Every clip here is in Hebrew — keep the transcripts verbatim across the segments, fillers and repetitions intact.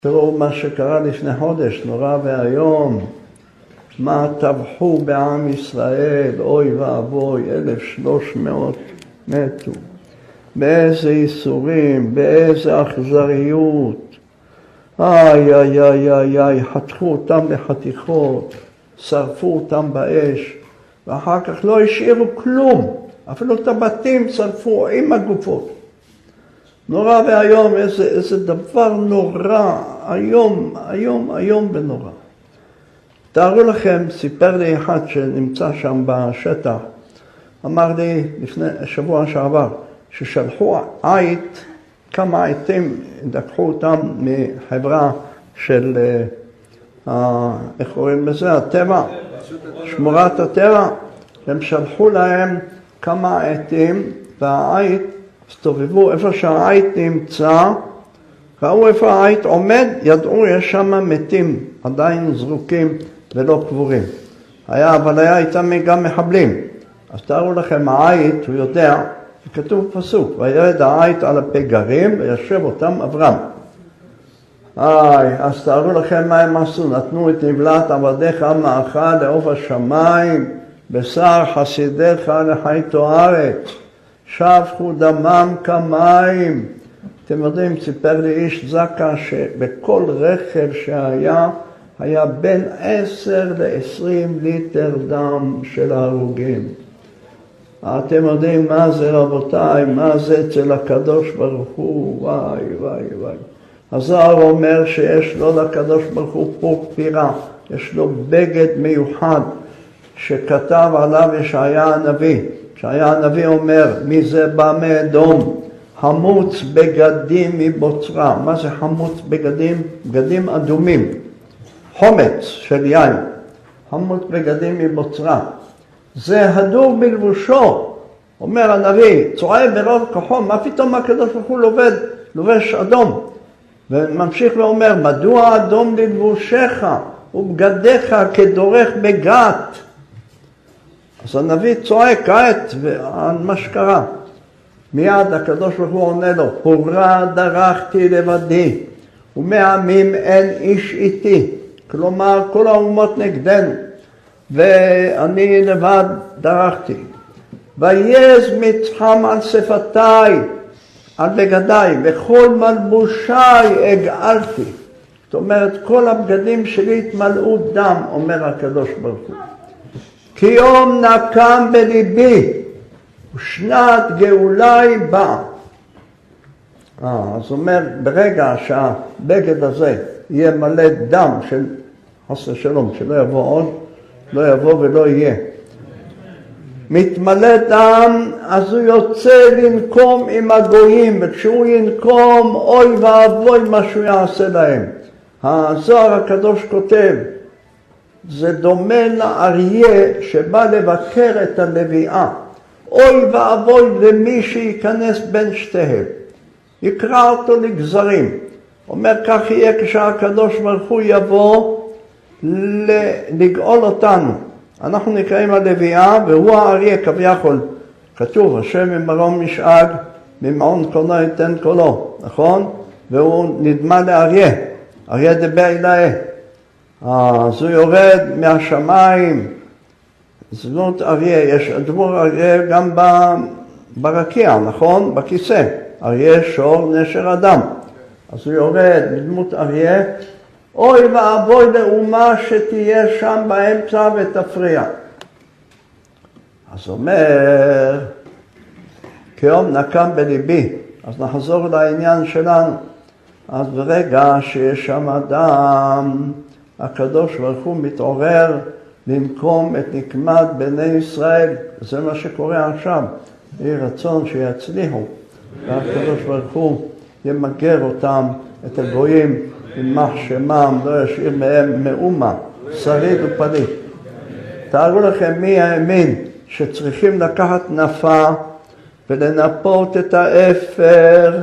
תראו מה שקרה לפני חודש, נורא והיום, מה טבחו בעם ישראל, אוי ואבוי, אלף שלוש מאות מתו. באיזה איסורים, באיזה אכזריות. איי, איי, איי, איי, איי, חתכו אותם לחתיכות, שרפו אותם באש, ואחר כך לא השאירו כלום, אפילו את הבתים שרפו עם הגופות. נורא והיום, איזה, איזה דבר נורא, היום, היום, היום ונורא. תארו לכם, סיפר לי אחד שנמצא שם בשטח, אמר לי לפני שבוע שעבר, ששלחו עית, כמה עיתים לקחו אותם מחברה של, אה, איך קוראים לזה, הטבע, שמורת הטבע, הם שלחו להם כמה עיתים, והעית, הסתובבו איפה שהעית נמצא, ראו איפה העית עומד, ידעו יש שם מתים, עדיין זרוקים ולא קבורים. היה, אבל היה איתם גם מחבלים. אז תארו לכם, העית, הוא יודע, כתוב פסוק, וירד העית על הפגרים וישב אותם אברהם. איי, אז תארו לכם מה הם עשו, נתנו את נבלת עבדיך מאכל לעוף השמיים, בשר חסידיך לחיתו הארץ. שפכו דמם כמים. אתם יודעים, סיפר לי איש זקה שבכל רכב שהיה, היה בין עשר לעשרים ליטר דם של ההרוגים. אתם יודעים מה זה רבותיי, מה זה אצל הקדוש ברוך הוא, וואי וואי וואי. הזוהר אומר שיש לו לקדוש ברוך הוא פורפירה, יש לו בגד מיוחד שכתב עליו ישעיה הנביא. ישעיה הנביא אומר, מי זה בא מאדום? חמוץ בגדים מבוצרה. מה זה חמוץ בגדים? בגדים אדומים. חומץ של יין. חמוץ בגדים מבוצרה. זה הדור בלבושו. אומר הנביא, צועק ברוב כוחו, מה פתאום הקדוש ברוך הוא לובד, לובש אדום? וממשיך ואומר, מדוע אדום ללבושך ובגדיך כדורך בגת? אז הנביא צועק כעת, ומה שקרה. מיד הקדוש ברוך הוא עונה לו, הורה דרכתי לבדי, ומעמים אין איש איתי. כלומר, כל האומות נגדנו, ואני לבד דרכתי. ויז מצחם על שפתיי, על בגדיי, וכל מלבושיי הגעלתי. זאת אומרת, כל הבגדים שלי התמלאו דם, אומר הקדוש ברוך הוא. כי יום נקם בליבי, ושנת גאולי באה. אה, אז אומר, ברגע שהבגד הזה יהיה מלא דם של חס ושלום, שלא יבוא עוד, לא יבוא ולא יהיה. מתמלא דם, אז הוא יוצא לנקום עם הגויים, וכשהוא ינקום, אוי ואבוי מה שהוא יעשה להם. הזוהר הקדוש כותב, זה דומה לאריה שבא לבקר את הלוויה. אוי ואבוי למי שיכנס בין שתיהם. יקרא אותו לגזרים. אומר כך יהיה כשהקדוש ברוך הוא יבוא לגאול אותנו. אנחנו נקראים הלוויה והוא האריה כביכול. כתוב, השם ממרום משאג, ממעון קולו ייתן קולו. נכון? והוא נדמה לאריה. אריה דבר אלוהי. אז הוא יורד מהשמיים, זנות אריה, יש אדמו"ר אריה גם ברקיע, נכון? בכיסא, אריה שור נשר אדם. אז הוא יורד בדמות אריה, אוי ואבוי לאומה שתהיה שם באמצע ותפריע. אז אומר, כיום נקם בליבי, אז נחזור לעניין שלנו. אז ברגע שיש שם אדם, הקדוש ברוך הוא מתעורר לנקום את נקמת בני ישראל. זה מה שקורה עכשיו. יהי רצון שיצליחו. והקדוש ברוך הוא ימגר אותם, את הגויים, יימח שמם, לא ישאיר מהם מאומה, שריד ופליט. תארו לכם מי האמין שצריכים לקחת נפה ולנפות את האפר.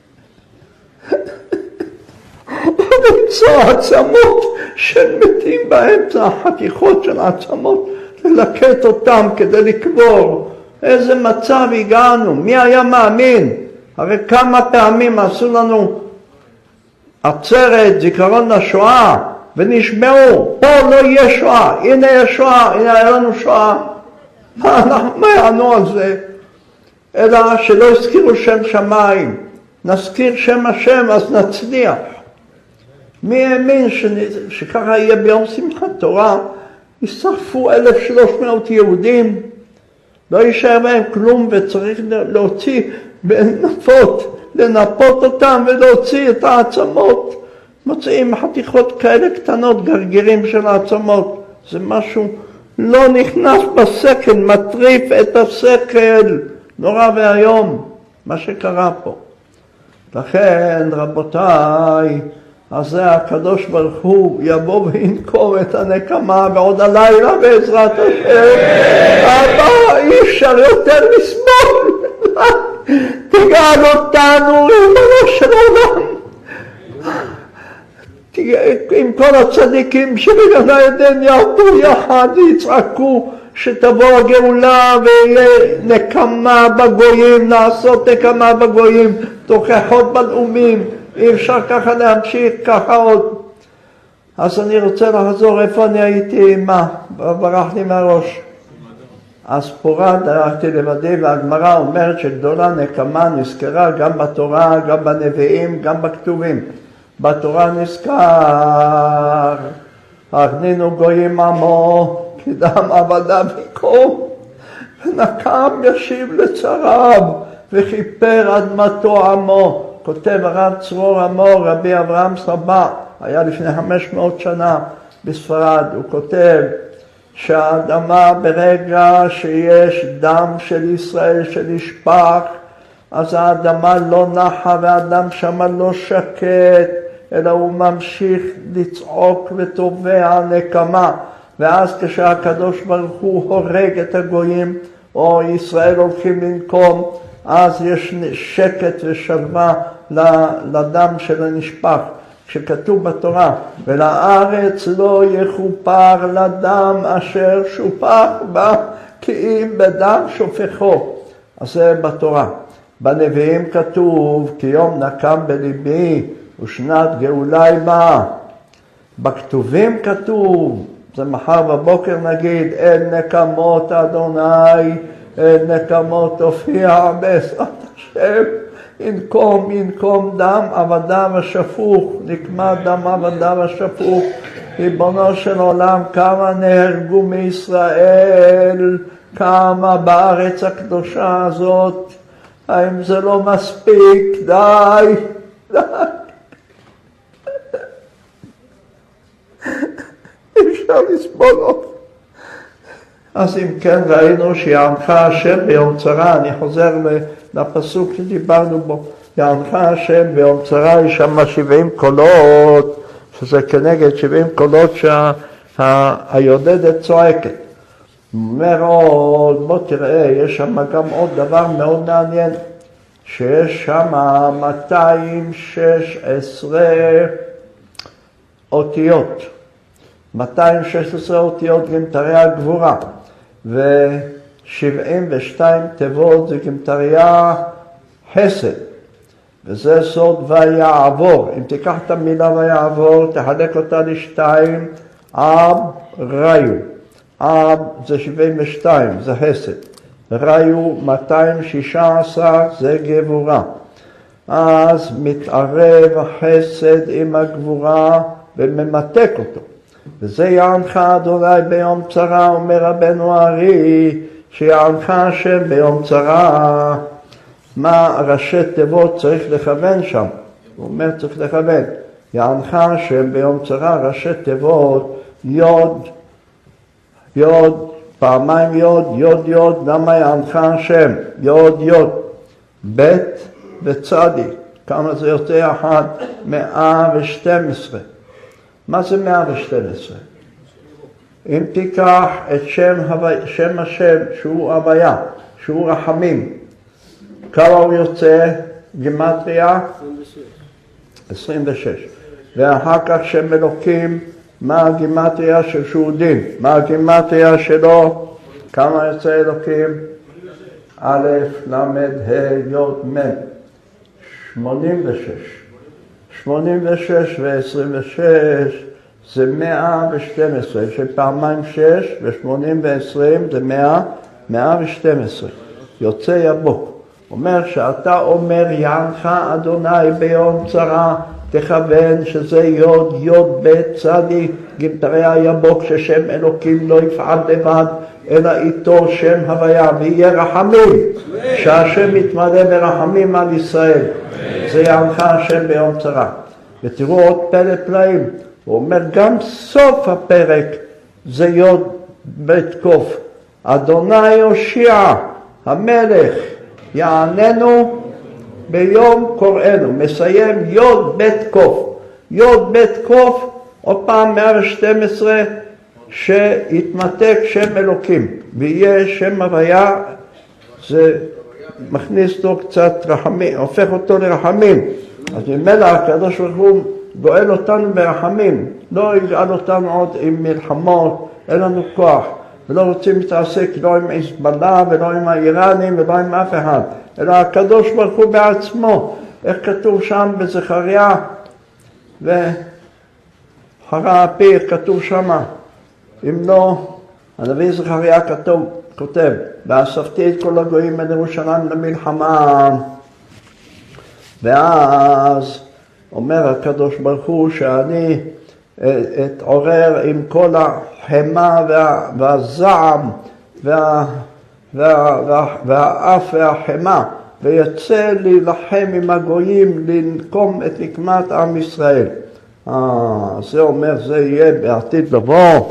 למצוא עצמות של מתים באמצע, החתיכות של עצמות, ללקט אותם כדי לקבור. איזה מצב הגענו, מי היה מאמין? הרי כמה פעמים עשו לנו עצרת, זיכרון לשואה, ונשמעו, פה לא יהיה שואה, הנה יש שואה, הנה היה לנו שואה. מה אנחנו מה יענו על זה? אלא שלא הזכירו שם שמיים, נזכיר שם השם אז נצליח. מי האמין שככה יהיה ביום שמחת תורה? ישרפו אלף ושלוש מאות יהודים, לא יישאר בהם כלום וצריך להוציא בנפות, לנפות אותם ולהוציא את העצמות. מוצאים חתיכות כאלה קטנות, גרגירים של העצמות. זה משהו לא נכנס בשכל, מטריף את השכל. נורא והיום, מה שקרה פה. לכן, רבותיי, אז זה הקדוש ברוך הוא יבוא וינקום את הנקמה בעוד הלילה בעזרת השם. אבל אי אפשר יותר לסבול. תגאל אותנו ריבונו של עולם. עם כל הצדיקים שבגן העדן יעבדו יחד ויצעקו שתבוא הגאולה ויהיה נקמה בגויים, לעשות נקמה בגויים, תוכחות בלאומים. אי אפשר ככה להמשיך, ככה עוד. אז אני רוצה לחזור איפה אני הייתי, מה? ברח לי מהראש. אז פורת הלכתי לבדי, והגמרא אומרת שגדולה נקמה נזכרה גם בתורה, גם בנביאים, גם בכתובים. בתורה נזכר, אכנינו גויים עמו, כי דם עבדיו יקום, ונקם ישיב לצריו, וכיפר אדמתו עמו. כותב הרב צרור המור, רבי אברהם סבא, היה לפני חמש מאות שנה בספרד, הוא כותב שהאדמה ברגע שיש דם של ישראל שנשפך, אז האדמה לא נחה והאדם שם לא שקט, אלא הוא ממשיך לצעוק ותובע נקמה. ואז כשהקדוש ברוך הוא הורג את הגויים, או ישראל הולכים לנקום, אז יש שקט ושלווה לדם של הנשפך. כשכתוב בתורה, ולארץ לא יכופר לדם אשר שופך בה, כי אם בדם שופכו. אז זה בתורה. בנביאים כתוב, כי יום נקם בליבי ושנת גאולה באה. בכתובים כתוב, זה מחר בבוקר נגיד, אין נקמות אדוני, אין נקמות הופיע בעזרת השם. ינקום, ינקום דם עבדיו השפוך, נקמת דם עבדיו השפוך. ריבונו של עולם, כמה נהרגו מישראל, כמה בארץ הקדושה הזאת. האם זה לא מספיק? די, די. אפשר לסבול עוד. אז אם כן ראינו שיענך השם ביום צרה, אני חוזר לפסוק שדיברנו בו, יענך השם ביום צרה, יש שם שבעים קולות, שזה כנגד שבעים קולות שהיודדת צועקת. מאוד, בוא תראה, יש שם גם עוד דבר מאוד מעניין, שיש שם מאתיים ושש עשרה אותיות, מאתיים ושש עשרה אותיות גמטריה הגבורה, ו-שבעים ושתיים תיבות זה גמטריה חסד, וזה סוד ויעבור. אם תיקח את המילה ויעבור, תחלק אותה לשתיים, אב ראיו. אב זה שבעים ושתיים, זה חסד. ראיו מאתיים ושש עשרה, זה גבורה. אז מתערב החסד עם הגבורה וממתק אותו. וזה יענך אדוני ביום צרה, אומר רבנו הארי, שיענך השם ביום צרה. מה ראשי תיבות צריך לכוון שם? הוא אומר צריך לכוון. יענך השם ביום צרה, ראשי תיבות, יוד, יוד, פעמיים יוד, יוד יוד, למה יענך השם? יוד יוד, בית וצדיק, כמה זה יוצא אחד? מאה ושתים עשרה. מה זה מאה ושתים עשרה? אם תיקח את שם, שם השם שהוא הוויה, שהוא רחמים, כמה הוא יוצא? גימטריה? עשרים ושש. ואחר כך שם אלוקים, מה הגימטריה של שהוא דין? מה הגימטריה שלו? כמה יוצא אלוקים? א', ל', ה', י', מ', שמונים ושש. שמונים ושש ו-עשרים ושש זה מאה ושתים עשרה, שפעמיים שש ו-שמונים ועשרים זה מאה, מאה ושתים עשרה. יוצא יבוק. אומר שאתה אומר יענך אדוני ביום צרה, תכוון שזה יוד, יוד בית צדיק, גמטרי היבוק ששם אלוקים לא יפעל לבד, אלא איתו שם הוויה, ויהיה רחמים, שהשם יתמלא ברחמים על ישראל. זה יענך השם ביום צרה. ותראו עוד פלא פלאים, הוא אומר גם סוף הפרק זה יוד בית קוף. אדוני יושיע המלך יעננו ביום קוראנו. מסיים יוד בית קוף. יוד בית קוף, עוד פעם מאה ושתים עשרה, שיתמתק שם אלוקים ויהיה שם הוויה. זה מכניס לו קצת רחמים, הופך אותו לרחמים. אז ממילא הקדוש ברוך הוא גואל אותנו ברחמים, לא יגאל אותנו עוד עם מלחמות, אין לנו כוח, ולא רוצים להתעסק לא עם חיזבאללה ולא עם האיראנים ולא עם אף אחד, אלא הקדוש ברוך הוא בעצמו. איך כתוב שם בזכריה וחרה הפיר, כתוב שם, אם לא, הנביא זכריה כתוב, כותב, ואספתי את כל הגויים אל ירושלים למלחמה, ואז אומר הקדוש ברוך הוא שאני אתעורר עם כל החמה וה, והזעם וה, וה, וה, והאף והחמה, ויצא להילחם עם הגויים לנקום את נקמת עם ישראל. אה, זה אומר, זה יהיה בעתיד לבוא,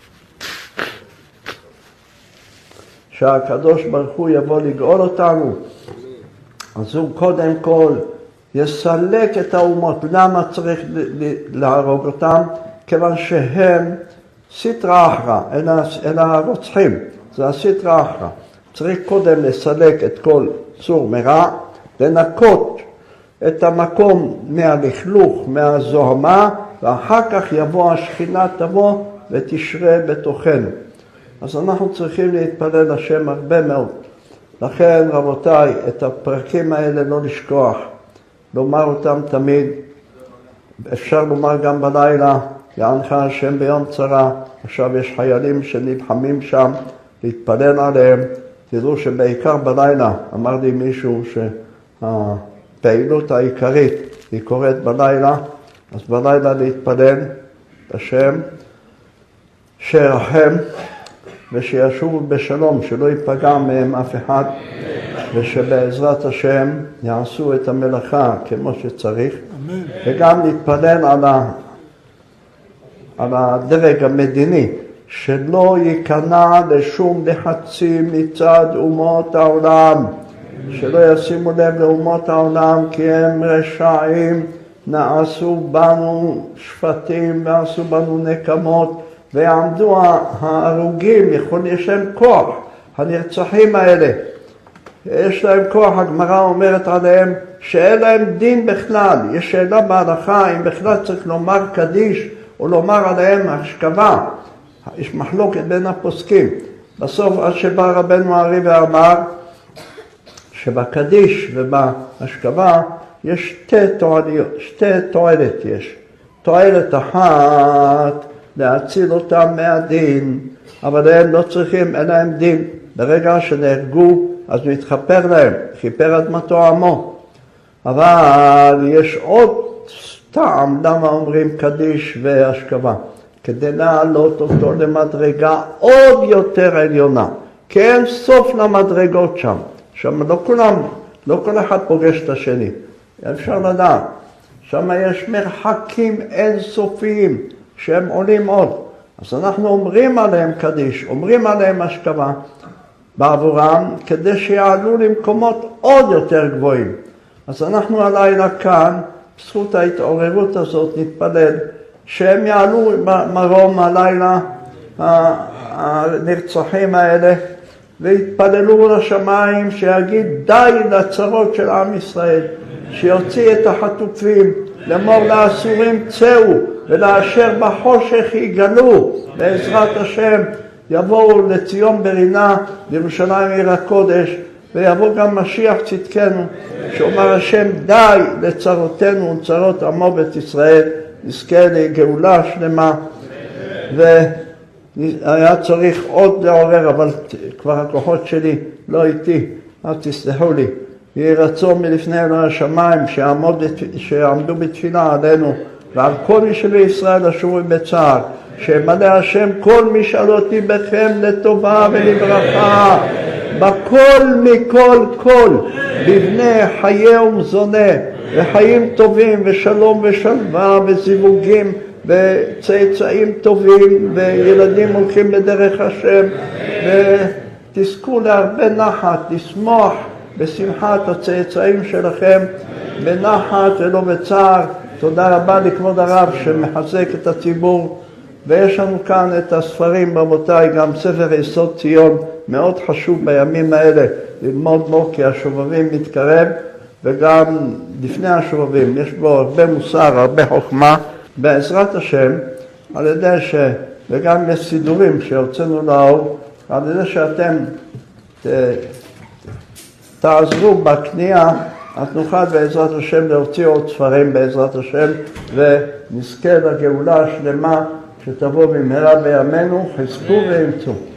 שהקדוש ברוך הוא יבוא לגאול אותנו. אז הוא קודם כל יסלק את האומות. למה צריך להרוג אותם? כיוון שהם סטרא אחרא, אלא הרוצחים, זה הסטרא אחרא. צריך קודם לסלק את כל צור מרע, לנקות את המקום מהלכלוך, מהזוהמה, ואחר כך יבוא השכינה תבוא ותשרה בתוכנו. אז אנחנו צריכים להתפלל לשם הרבה מאוד. לכן רבותיי, את הפרקים האלה לא לשכוח, לומר אותם תמיד. אפשר לומר גם בלילה, יענך השם ביום צרה. עכשיו יש חיילים שנלחמים שם, להתפלל עליהם. תראו שבעיקר בלילה, אמר לי מישהו שהפעילות העיקרית היא קורית בלילה, אז בלילה להתפלל השם שירחם ושישובו בשלום, שלא ייפגע מהם אף אחד, ושבעזרת השם יעשו את המלאכה כמו שצריך. אמן. וגם להתפלל על, ה... על הדרג המדיני, שלא ייכנע לשום לחצים מצד אומות העולם, שלא ישימו לב לאומות העולם כי הם רשעים, נעשו בנו שפטים ועשו בנו נקמות, ויעמדו ההרוגים, יכול יש להם כוח, הנרצחים האלה, יש להם כוח. הגמרא אומרת עליהם שאין להם דין בכלל. יש שאלה בהלכה אם בכלל צריך לומר קדיש או לומר עליהם השכבה. יש מחלוקת בין הפוסקים. בסוף עד שבא רבנו הארי ואמר שבקדיש ובהשכבה יש שתי תועליות, שתי תועלת יש. תועלת אחת להציל אותם מהדין, אבל הם לא צריכים, אין להם דין. ברגע שנהרגו אז הוא יתחפר להם, חיפר אדמתו עמו. אבל יש עוד טעם למה אומרים קדיש והשכבה, כדי להעלות אותו למדרגה עוד יותר עליונה, כי אין סוף למדרגות שם. שם לא כולם, לא כל אחד פוגש את השני, אפשר לדעת. שם יש מרחקים אינסופיים שהם עולים עוד. אז אנחנו אומרים עליהם קדיש, אומרים עליהם השכבה בעבורם, כדי שיעלו למקומות עוד יותר גבוהים. אז אנחנו הלילה כאן, בזכות ההתעוררות הזאת, נתפלל שהם יעלו מרום הלילה הנרצחים האלה, והתפללו לשמיים שיגיד די לצרות של עם ישראל, שיוציא את החטופים, לאמור לאסורים צאו, ולאשר בחושך יגלו, בעזרת השם יבואו לציון ברינה, לירושלים עיר הקודש, ויבוא גם משיח צדקנו, שאומר השם די לצרותינו וצרות עמו בית ישראל, נזכה לגאולה שלמה. והיה צריך עוד לעורר, אבל כבר הכוחות שלי לא איתי, אז תסלחו לי. יהי רצון מלפני אלוהי השמיים שיעמוד, שיעמדו בתפילה עלינו ועל כל מי שבישראל השבויים בצער, שימלא השם כל משאלותי בכם לטובה ולברכה, בכל מכל כל, בבני חיי ומזונה, וחיים טובים ושלום ושלווה וזיווגים וצאצאים טובים וילדים הולכים בדרך השם, ותזכו להרבה נחת, לשמוח בשמחת הצאצאים שלכם בנחת ולא בצער. תודה רבה לכבוד הרב שמחזק את הציבור. ויש לנו כאן את הספרים, רבותיי, גם ספר יסוד ציון, מאוד חשוב בימים האלה ללמוד בו, כי השובבים מתקרב, וגם לפני השובבים יש בו הרבה מוסר, הרבה חוכמה, בעזרת השם, על ידי ש... וגם יש סידורים שהוצאנו לאור, על ידי שאתם ת... תעזרו בקנייה, אז נוכל בעזרת השם להוציא עוד ספרים בעזרת השם, ונזכה לגאולה השלמה שתבוא במהרה בימינו. חזקו ואמצו.